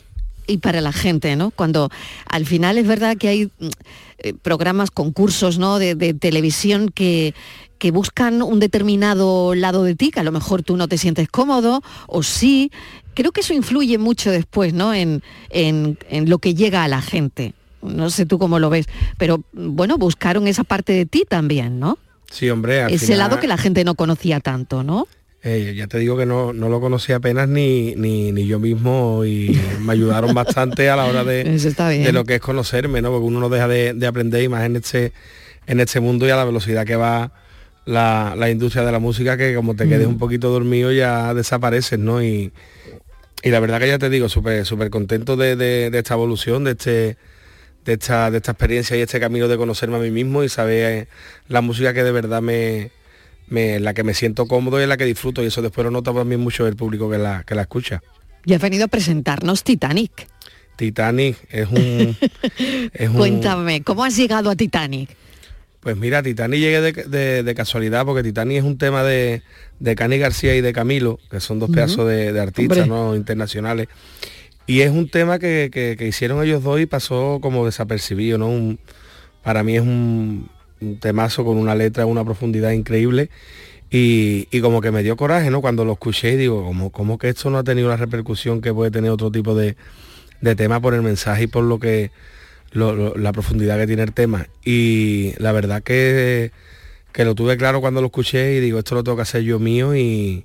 y para la gente, ¿no? Cuando al final es verdad que hay eh, programas, concursos, ¿no? de, de televisión que, que buscan un determinado lado de ti, que a lo mejor tú no te sientes cómodo, o sí. Creo que eso influye mucho después, ¿no? En, en, en lo que llega a la gente. No sé tú cómo lo ves, pero bueno, buscaron esa parte de ti también, ¿no? Sí, hombre. Al Ese final, lado que la gente no conocía tanto, ¿no? Eh, ya te digo que no, no lo conocía apenas ni, ni, ni yo mismo, y me ayudaron bastante a la hora de, de lo que es conocerme, ¿no? Porque uno no deja de, de aprender, y más en este, en este mundo y a la velocidad que va la, la industria de la música, que como te quedes mm. un poquito dormido ya desapareces, ¿no? Y, y la verdad que ya te digo, súper súper contento de, de, de esta evolución, de este de esta, de esta experiencia y este camino de conocerme a mí mismo y saber la música que de verdad me, me la que me siento cómodo y en la que disfruto, y eso después lo nota también mucho el público que la, que la escucha. Y has venido a presentarnos Titanic. Titanic es un... es un Cuéntame, ¿cómo has llegado a Titanic? Pues mira, Titanic llegué de, de, de casualidad, porque Titanic es un tema de, de Cani García y de Camilo, que son dos uh-huh. pedazos de, de artistas, ¿no? internacionales. Y es un tema que, que, que hicieron ellos dos y pasó como desapercibido, ¿no? Un, para mí es un, un temazo con una letra, una profundidad increíble, y, y como que me dio coraje, ¿no? Cuando lo escuché y digo, ¿cómo, cómo que esto no ha tenido la repercusión que puede tener otro tipo de, de tema por el mensaje y por lo que lo, lo, la profundidad que tiene el tema? Y la verdad que, que lo tuve claro cuando lo escuché y digo, esto lo tengo que hacer yo mío y...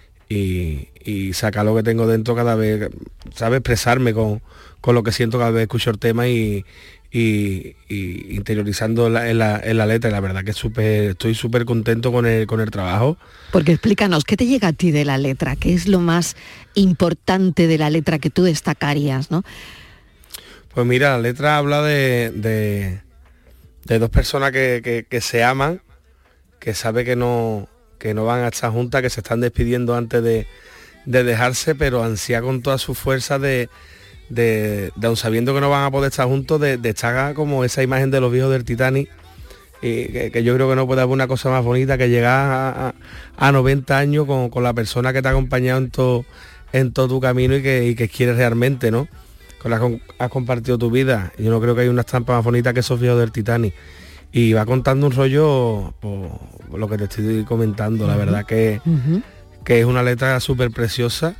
Y, y sacar lo que tengo dentro cada vez, ¿sabes? Expresarme con, con lo que siento cada vez escucho el tema y, y, y interiorizando en la, en, la, en la letra. Y la verdad que super, estoy súper contento con el, con el trabajo. Porque explícanos, ¿qué te llega a ti de la letra? ¿Qué es lo más importante de la letra que tú destacarías, no? Pues mira, la letra habla de, de, de dos personas que, que, que se aman, que sabe que no... que no van a estar juntas, que se están despidiendo antes de, de dejarse, pero ansía con toda su fuerza de, de, de aun sabiendo que no van a poder estar juntos, de, de estar como esa imagen de los viejos del Titanic, y que, que yo creo que no puede haber una cosa más bonita que llegar a, a, a noventa años con, con la persona que te ha acompañado en todo en todo tu camino y que, y que quieres realmente, ¿no? Con la que has compartido tu vida. Yo no creo que hay una estampa más bonita que esos viejos del Titanic. Y va contando un rollo, por lo que te estoy comentando, la verdad que, uh-huh. que es una letra súper preciosa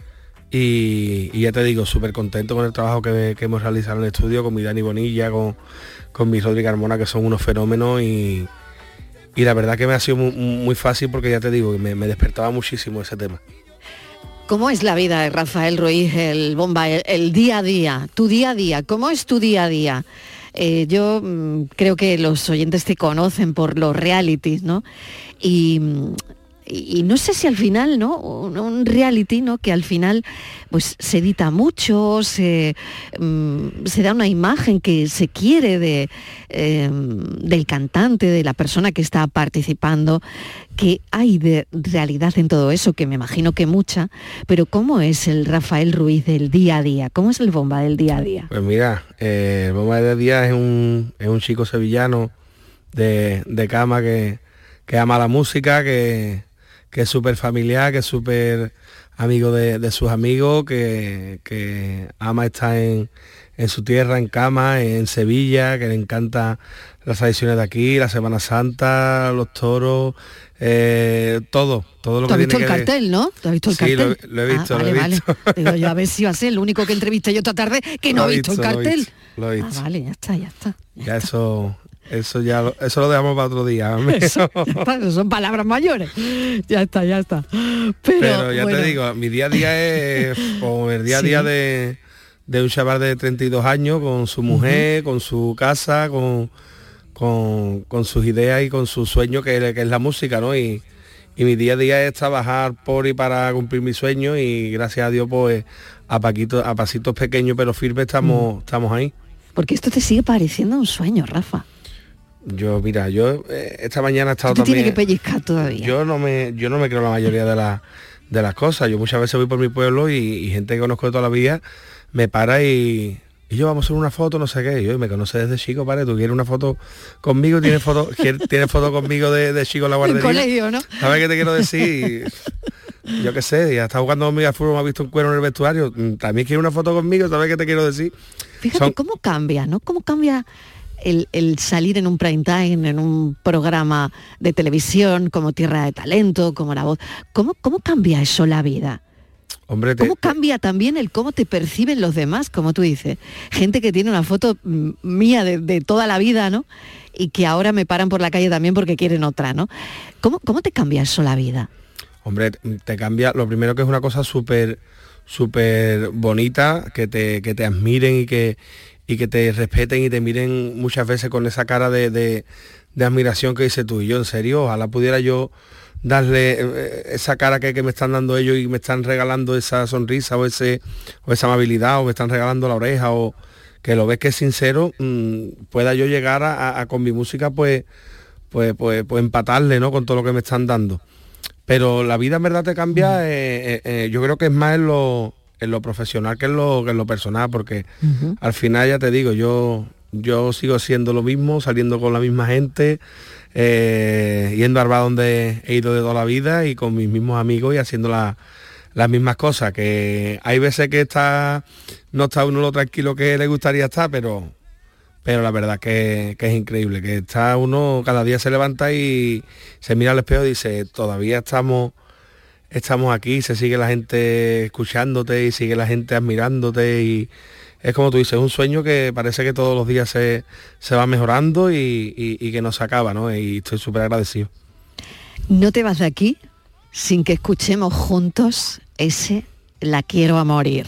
y, y ya te digo, súper contento con el trabajo que, que hemos realizado en el estudio, con mi Dani Bonilla, con, con mi Rodri Carmona, que son unos fenómenos, y, y la verdad que me ha sido muy, muy fácil, porque ya te digo, que me, me despertaba muchísimo ese tema. ¿Cómo es la vida de Rafael Ruiz, el Bomba, el, el día a día, tu día a día? ¿Cómo es tu día a día? Eh, yo mmm, creo que los oyentes te conocen por los realities, ¿no? Y, y, y no sé si al final, ¿no? Un, un reality, ¿no? Que al final pues se edita mucho, se, mmm, se da una imagen que se quiere de, eh, del cantante, de la persona que está participando. ¿Qué hay de realidad en todo eso? Que me imagino que mucha, pero ¿cómo es el Rafael Ruiz del día a día? ¿Cómo es el Bomba del día a día? Pues mira, eh, el Bomba del día es un, es un chico sevillano de, de cama que, que ama la música, que, que es súper familiar, que es súper amigo de, de sus amigos, que, que ama estar en, en su tierra, en cama, en Sevilla, que le encanta las tradiciones de aquí, la Semana Santa, los toros, eh, todo, todo lo que tiene que ver. ¿Tú has visto el cartel, no? ¿Tú has visto el sí, cartel? Lo, lo he visto, ah, vale, lo he visto. Vale. Digo, yo a ver si va a ser el único que entrevisté yo esta tarde que no ha visto, visto el cartel. Lo he visto, lo he visto. Ah, vale, ya está, ya está. Ya, ya está. eso... Eso ya lo, eso lo dejamos para otro día. Eso, ya está, eso son palabras mayores. Ya está, ya está. Pero, Pero ya bueno. te digo, mi día a día es como el día a día sí. de, de un chaval de treinta y dos años, con su mujer, uh-huh. con su casa, con, con, con sus ideas y con su sueño, que, que es la música, ¿no? Y, y mi día a día es trabajar por y para cumplir mis sueños, y gracias a Dios, pues a, paquito, a pasitos pequeños pero firmes estamos, uh-huh. estamos ahí. Porque esto te sigue pareciendo un sueño, Rafa. Yo, mira, yo eh, esta mañana he estado también... tiene que pellizcar todavía. Yo no me, yo no me creo la mayoría de, la, de las cosas. Yo muchas veces voy por mi pueblo y, y gente que conozco de toda la vida me para y, y yo vamos a hacer una foto, no sé qué. Y yo me conoce desde chico, ¿vale? ¿Tú quieres una foto conmigo? ¿Tienes foto, tienes foto conmigo de, de chico en la guardería? En colegio, ¿no? ¿Sabes qué te quiero decir? yo qué sé, ya está jugando conmigo al fútbol, me ha visto un cuero en el vestuario, también quiere una foto conmigo, ¿sabes qué te quiero decir? Fíjate Son... cómo cambia, ¿no? Cómo cambia el, el salir en un prime time, en un programa de televisión, como Tierra de Talento, como La Voz. ¿Cómo, cómo cambia eso la vida? Hombre, te... ¿Cómo cambia también el cómo te perciben los demás, como tú dices? Gente que tiene una foto mm, mía de, de toda la vida, ¿no? Y que ahora me paran por la calle también porque quieren otra, ¿no? ¿Cómo, cómo te cambia eso la vida? Hombre, te cambia, lo primero que es una cosa súper súper bonita, que te, que te admiren y que, y que te respeten y te miren muchas veces con esa cara de, de, de admiración que dices tú. Y yo, en serio, ojalá pudiera yo darle esa cara que, que me están dando ellos y me están regalando esa sonrisa o, ese, o esa amabilidad, o me están regalando la oreja, o que lo ves que es sincero, mmm, pueda yo llegar a, a, a con mi música pues, pues, pues, pues empatarle, ¿no? Con todo lo que me están dando. Pero la vida en verdad te cambia, eh, eh, eh, yo creo que es más en lo, en lo profesional que en lo, que en lo personal, porque uh-huh. al final ya te digo, yo, yo sigo siendo lo mismo, saliendo con la misma gente, eh, yendo a Arba donde he ido de toda la vida y con mis mismos amigos y haciendo la, las mismas cosas, que hay veces que está, no está uno lo tranquilo que le gustaría estar, pero... pero la verdad que, que es increíble, que está uno, cada día se levanta y se mira al espejo y dice, todavía estamos, estamos aquí, se sigue la gente escuchándote y sigue la gente admirándote y es como tú dices, es un sueño que parece que todos los días se, se va mejorando y, y, y que no se acaba, ¿no? Y estoy súper agradecido. No te vas de aquí sin que escuchemos juntos ese La quiero a morir.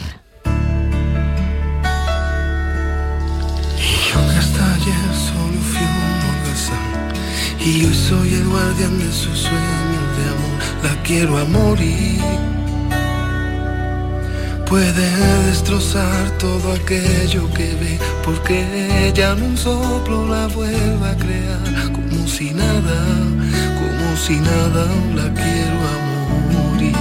Y hoy soy el guardián de sus sueños de amor, la quiero a morir. Puede destrozar todo aquello que ve, porque ella en un soplo la vuelve a crear. Como si nada, como si nada, la quiero a morir.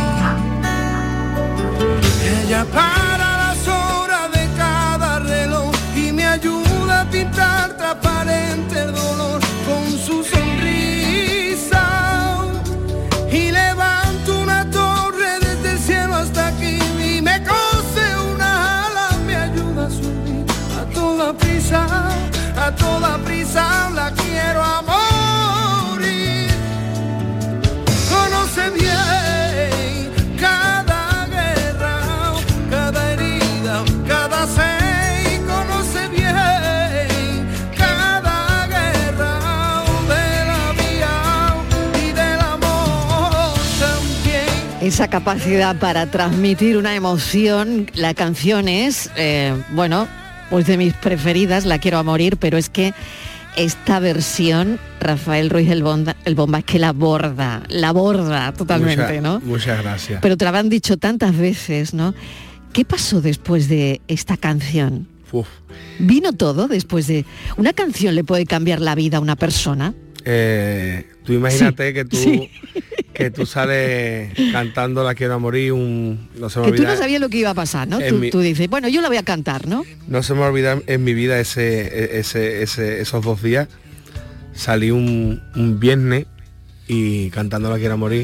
Ella para las horas de cada reloj y me ayuda a pintar transparente el dolor con su sonrisa. Y levanto una torre desde el cielo hasta aquí y me cose una ala, me ayuda a subir a toda prisa, a toda prisa, la quiero a morir. Conoce bien cada guerra, cada herida, cada sed, conoce bien cada guerra de la vida y del amor también. Esa capacidad para transmitir una emoción, la canción es, eh, bueno, pues de mis preferidas, La quiero a morir, pero es que esta versión, Rafael Ruiz el Bomba, el Bomba es que la borda, la borda totalmente, Mucha, ¿no? Muchas gracias. Pero te lo han dicho tantas veces, ¿no? ¿Qué pasó después de esta canción? Uf. ¿Vino todo después de...? ¿Una canción le puede cambiar la vida a una persona? Eh, tú imagínate sí, que tú sí. que tú sales cantando La quiero a morir, un no se me que olvida, tú no sabías lo que iba a pasar, ¿no? Tú, mi, tú dices, bueno, yo la voy a cantar, ¿no? No se me olvida en mi vida ese, ese, ese esos dos días. Salí un, un viernes y cantando La quiero a morir.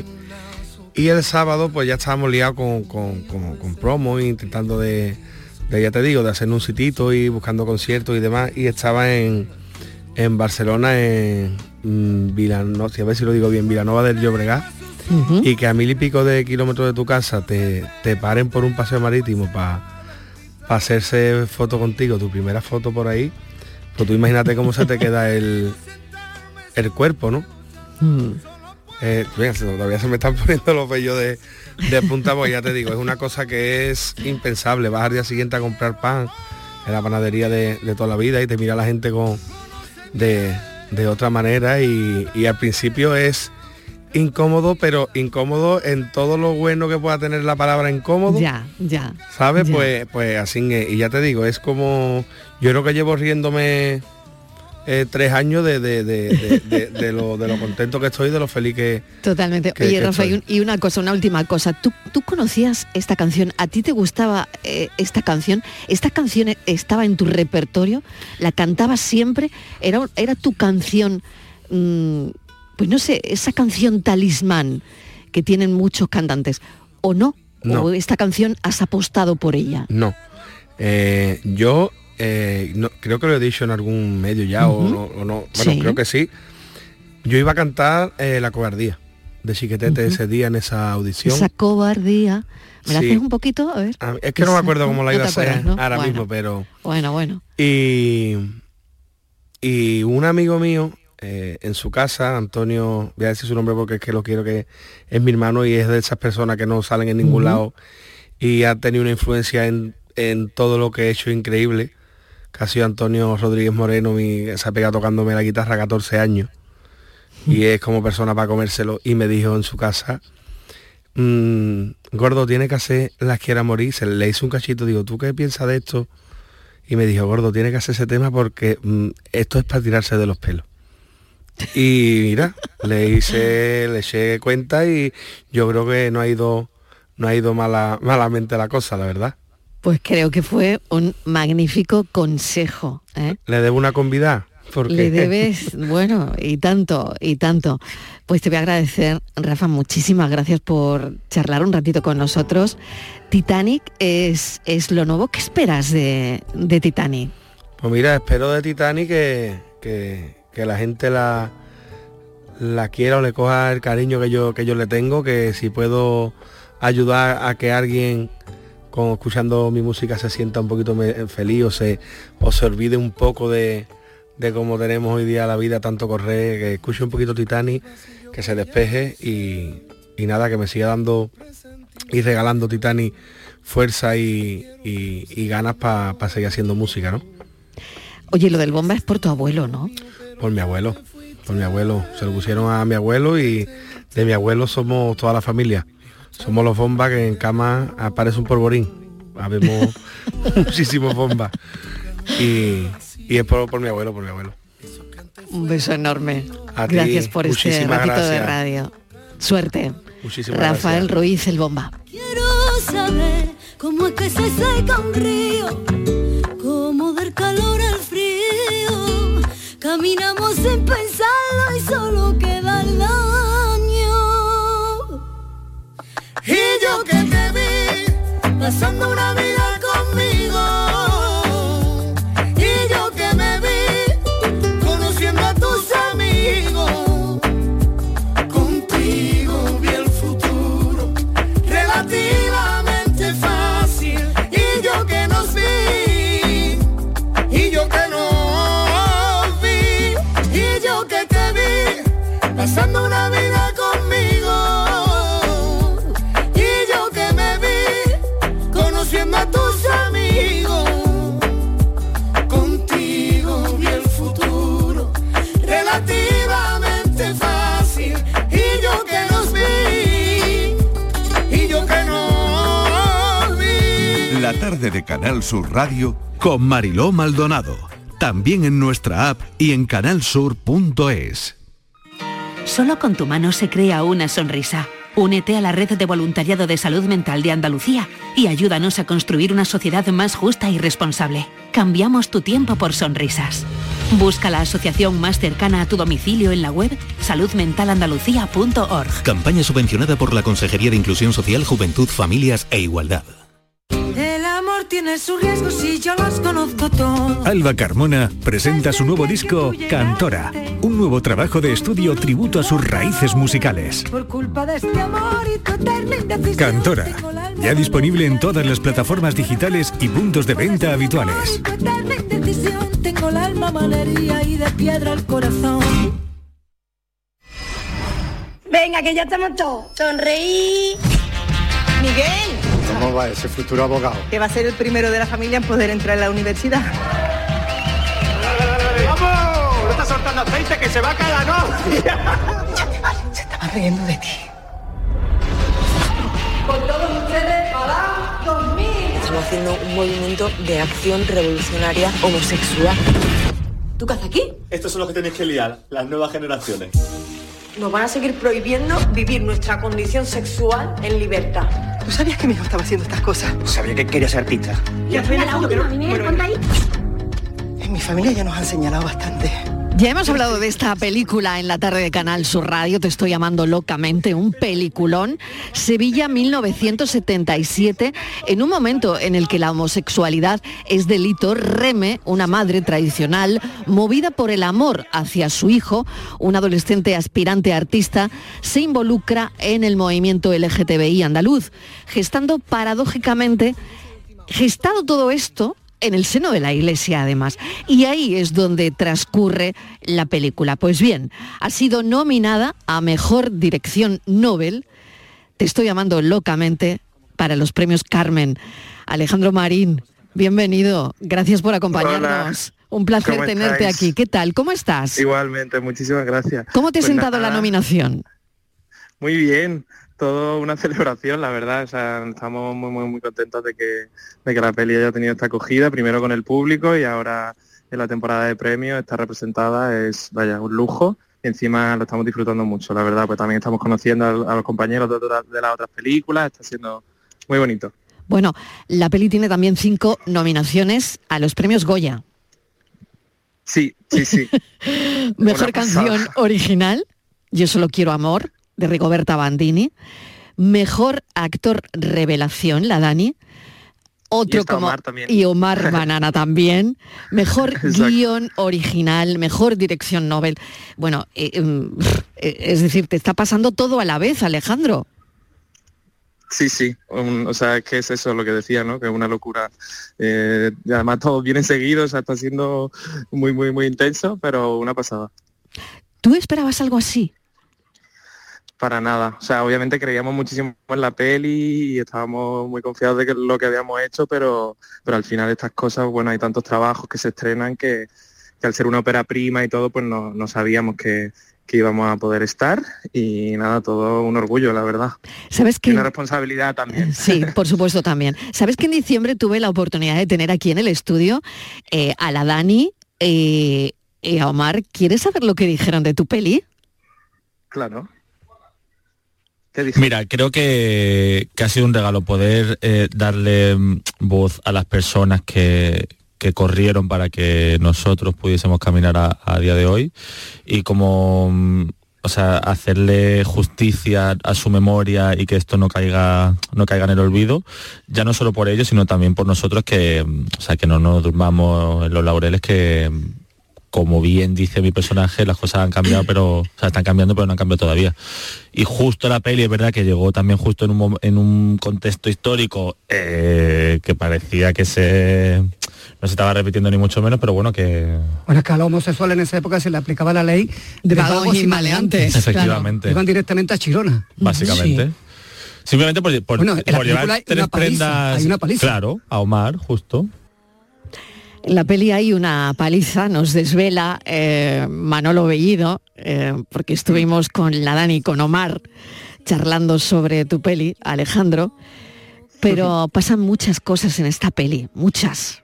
Y el sábado pues ya estábamos liados con, con, con, con promo, intentando de, de, ya te digo, de hacer un sitito y buscando conciertos y demás. Y estaba en, en Barcelona, en mmm, Vilanova, si a ver si lo digo bien, Vilanova del Llobregat. Uh-huh. Y que a mil y pico de kilómetros de tu casa te, te paren por un paseo marítimo para pa hacerse foto contigo, tu primera foto por ahí, pues tú imagínate cómo se te queda el, el cuerpo, ¿no? Uh-huh. Eh, mira, todavía se me están poniendo los vellos de, de punta, pues ya te digo, es una cosa que es impensable. Vas al día siguiente a comprar pan en la panadería de, de toda la vida y te mira la gente con de, de otra manera y, y al principio es incómodo, pero incómodo en todo lo bueno que pueda tener la palabra incómodo. Ya, ya. ¿Sabes? Ya. Pues, pues así, y ya te digo, es como, yo creo que llevo riéndome eh, tres años de, de, de, de, de, de, lo, de lo contento que estoy, de lo feliz que... Totalmente. Que, Oye, que Rafa, y, y una cosa, una última cosa. ¿Tú, tú conocías esta canción? ¿A ti te gustaba eh, esta canción? ¿Esta canción estaba en tu repertorio? ¿La cantabas siempre? ¿Era, era tu canción... Mmm, pues no sé, esa canción talismán que tienen muchos cantantes, o no? No. ¿O esta canción has apostado por ella? No. Eh, yo eh, no, creo que lo he dicho en algún medio ya, uh-huh. o, no, o no. Bueno, sí. creo que sí. Yo iba a cantar eh, La cobardía de Chiquetete uh-huh. ese día en esa audición. Esa cobardía. ¿Me la sí. haces un poquito? A ver. A es que no me acuerdo cómo la iba no a hacer acuerdas, ¿no? ahora bueno. mismo, pero... Bueno, bueno. Y, y un amigo mío, eh, en su casa, Antonio, voy a decir su nombre porque es que lo quiero, que es mi hermano y es de esas personas que no salen en ningún uh-huh. lado y ha tenido una influencia en, en todo lo que he hecho increíble, que ha sido Antonio Rodríguez Moreno, mi, se ha pegado tocándome la guitarra a catorce años uh-huh. y es como persona para comérselo, y me dijo en su casa, mmm, gordo, tiene que hacer Las quiera morir. Se le hizo un cachito, digo, ¿tú qué piensas de esto? Y me dijo, gordo, tiene que hacer ese tema porque mmm, esto es para tirarse de los pelos. Y mira, le hice, le eché cuenta y yo creo que no ha ido, no ha ido mala, malamente la cosa, la verdad. Pues creo que fue un magnífico consejo, ¿eh? Le debo una convidada. Porque... Le debes, bueno, y tanto, y tanto. Pues te voy a agradecer, Rafa, muchísimas gracias por charlar un ratito con nosotros. Titanic es, es lo nuevo. ¿Qué esperas de, de Titanic? Pues mira, espero de Titanic que, que, que la gente la, la quiera o le coja el cariño que yo, que yo le tengo, que si puedo ayudar a que alguien con, escuchando mi música se sienta un poquito feliz o se, o se olvide un poco de... de cómo tenemos hoy día la vida, tanto correr, que escuche un poquito Titanic, que se despeje y, y nada, que me siga dando y regalando Titanic fuerza y, y, y ganas para pa seguir haciendo música, ¿no? Oye, lo del bomba es por tu abuelo, ¿no? Por mi abuelo, por mi abuelo. Se lo pusieron a mi abuelo y de mi abuelo somos toda la familia. Somos los bombas que en cama aparece un polvorín. Habemos muchísimos bombas. Y... Y es por, por mi abuelo, por mi abuelo. Un beso enorme. A gracias ti, por este ratito gracias. de radio. Suerte. Muchísimas Rafael gracias. Ruiz, el bomba. Quiero saber cómo es que se seca un río, cómo dar calor al frío. Caminamos sin pensarlo y solo queda el daño. Y yo que te vi pasando una vida conmigo. Pasando una vida conmigo y yo que me vi conociendo a tus amigos, contigo vi el futuro relativamente fácil y yo que los vi y yo que no vi. La tarde de Canal Sur Radio con Mariló Maldonado, también en nuestra app y en canal sur punto es. Solo con tu mano se crea una sonrisa. Únete a la red de voluntariado de salud mental de Andalucía y ayúdanos a construir una sociedad más justa y responsable. Cambiamos tu tiempo por sonrisas. Busca la asociación más cercana a tu domicilio en la web salud mental andalucía punto org. Campaña subvencionada por la Consejería de Inclusión Social, Juventud, Familias e Igualdad. El amor tiene sus riesgos y yo los conozco todos. Alba Carmona presenta su nuevo disco Cantora, un nuevo trabajo de estudio tributo a sus raíces musicales. Por culpa de este amor y tu eterna indecisión. Cantora, ya disponible en todas las plataformas digitales y puntos de venta habituales. Tengo el alma malería y de piedra el corazón. Venga, que ya estamos todos. Sonreí. Miguel. ¿Cómo va ese futuro abogado? Que va a ser el primero de la familia en poder entrar en la universidad. ¡Vamos! No estás soltando aceite que se va a caer la novia. Ya te vale, se estaba riendo de ti. Con todos ustedes, para dos mil. Estamos haciendo un movimiento de acción revolucionaria homosexual. ¿Tú qué haces aquí? Estos son los que tenéis que liar, las nuevas generaciones. Nos van a seguir prohibiendo vivir nuestra condición sexual en libertad. ¿Tú sabías que mi hijo estaba haciendo estas cosas? Sabía que quería ser artista. ¿Y al final la última, Miguel, ponte ahí? En mi familia ya nos han señalado bastante. Ya hemos hablado de esta película en la tarde de Canal Sur Radio, Te estoy llamando locamente, un peliculón. Sevilla mil novecientos setenta y siete, en un momento en el que la homosexualidad es delito, Reme, una madre tradicional, movida por el amor hacia su hijo, un adolescente aspirante artista, se involucra en el movimiento L G T B I andaluz, gestando paradójicamente, gestado todo esto en el seno de la Iglesia, además. Y ahí es donde transcurre la película. Pues bien, ha sido nominada a Mejor Dirección Nobel, Te estoy llamando locamente, para los premios Carmen. Alejandro Marín, bienvenido. Gracias por acompañarnos. Hola. Un placer tenerte aquí. ¿Qué tal? ¿Cómo estás? Igualmente, muchísimas gracias. ¿Cómo te ha pues sentado nada, la nominación? Muy bien. Todo una celebración, la verdad. O sea, estamos muy, muy, muy contentos de que, de que la peli haya tenido esta acogida, primero con el público y ahora en la temporada de premios está representada, es, vaya, un lujo. Y encima lo estamos disfrutando mucho, la verdad, pues también estamos conociendo a, a los compañeros de, de, de las otras películas, está siendo muy bonito. Bueno, la peli tiene también cinco nominaciones a los premios Goya. Sí, sí, sí. Mejor canción original, Yo solo quiero amor, de Rigoberta Bandini. Mejor actor revelación, la Dani. Otro y como Omar también. Y Omar Banana también. Mejor guión original, mejor dirección Nobel. Bueno, eh, eh, es decir, te está pasando todo a la vez, Alejandro. Sí, sí, un, o sea, es que es eso lo que decía, ¿no? Que es una locura. Eh, y además todo viene seguido, o sea, está siendo muy, muy, muy intenso, pero una pasada. ¿Tú esperabas algo así? Para nada, o sea, obviamente creíamos muchísimo en la peli y estábamos muy confiados de que lo que habíamos hecho, pero, pero al final estas cosas, bueno, hay tantos trabajos que se estrenan que, que al ser una ópera prima y todo, pues no, no sabíamos que, que íbamos a poder estar y nada, todo un orgullo, la verdad. ¿Sabes qué? Y una responsabilidad también. Sí, por supuesto también. ¿Sabes que en diciembre tuve la oportunidad de tener aquí en el estudio eh, a la Dani eh, y a Omar? ¿Quieres saber lo que dijeron de tu peli? Claro. Mira, creo que, que ha sido un regalo poder eh, darle voz a las personas que, que corrieron para que nosotros pudiésemos caminar a, a día de hoy y como, o sea, hacerle justicia a su memoria y que esto no caiga, no caiga en el olvido, ya no solo por ellos, sino también por nosotros que, o sea, que no nos durmamos en los laureles, que como bien dice mi personaje, las cosas han cambiado, pero, o sea, están cambiando, pero no han cambiado todavía. Y justo la peli, es verdad que llegó también justo en un, en un contexto histórico eh, que parecía que se no se estaba repitiendo ni mucho menos, pero bueno, que... Bueno, es que a los homosexuales en esa época se le aplicaba la ley de vagos y maleantes. Efectivamente. Claro, iban directamente a Chirona. Básicamente. Sí. Simplemente por, por, bueno, por llevar tres prendas... Hay una paliza. Claro, a Omar, justo. En la peli hay una paliza, nos desvela eh, Manolo Bellido, eh, porque estuvimos con la Dani, con Omar, charlando sobre tu peli, Alejandro, pero pasan muchas cosas en esta peli, muchas.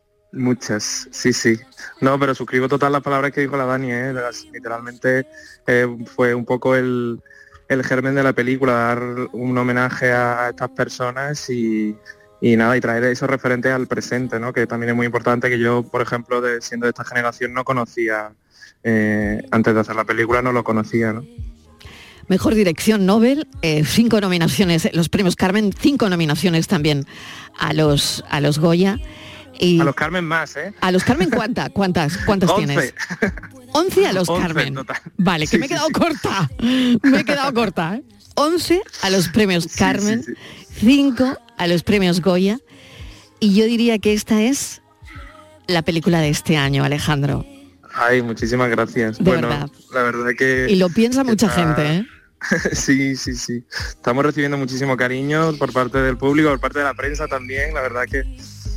Muchas, sí, sí. No, pero suscribo total las palabras que dijo la Dani, ¿eh? Literalmente eh, fue un poco el, el germen de la película, dar un homenaje a, a estas personas y... Y nada, y traer esos referentes al presente, ¿no? Que también es muy importante, que yo, por ejemplo, de, siendo de esta generación, no conocía, eh, antes de hacer la película, no lo conocía, ¿no? Mejor dirección Nobel, eh, cinco nominaciones, los premios Carmen, cinco nominaciones también a los, a los Goya. Y a los Carmen más, ¿eh? ¿A los Carmen cuánta, cuántas, cuántas tienes? Once a los Carmen. Total. Vale, que sí, me he quedado sí, corta. Me he quedado corta, ¿eh? Once a los premios Carmen, sí, sí, sí. cinco a los premios Goya, y yo diría que esta es la película de este año, Alejandro. Ay, muchísimas gracias. De bueno, verdad. La verdad que... Y lo piensa mucha está... gente, ¿eh? Sí, sí, sí. Estamos recibiendo muchísimo cariño por parte del público, por parte de la prensa también, la verdad que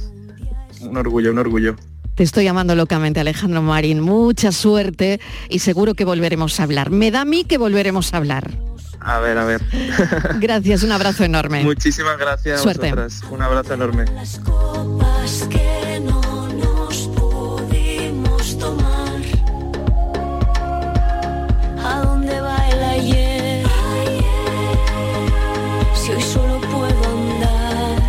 un orgullo, un orgullo. Te estoy llamando locamente, Alejandro Marín. Mucha suerte y seguro que volveremos a hablar. Me da a mí que volveremos a hablar. A ver, a ver. Gracias, un abrazo enorme. Muchísimas gracias a Suerte. vosotras. Un abrazo enorme. Las copas que no nos pudimos tomar. ¿A dónde va el ayer? Si hoy solo puedo andar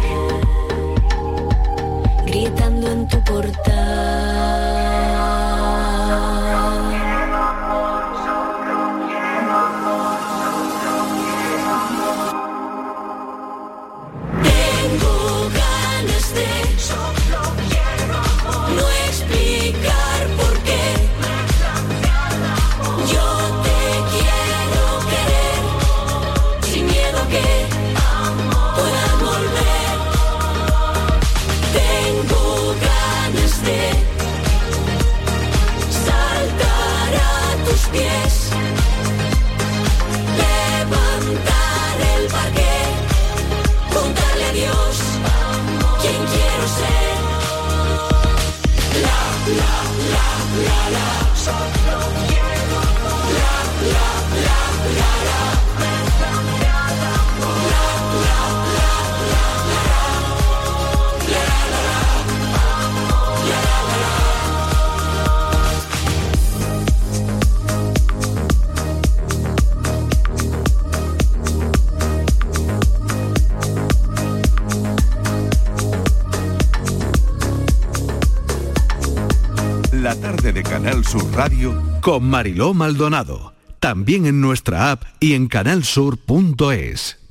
gritando en tu portal. La tarde de Canal Sur Radio con Mariló Maldonado. También en nuestra app y en canal sur punto es.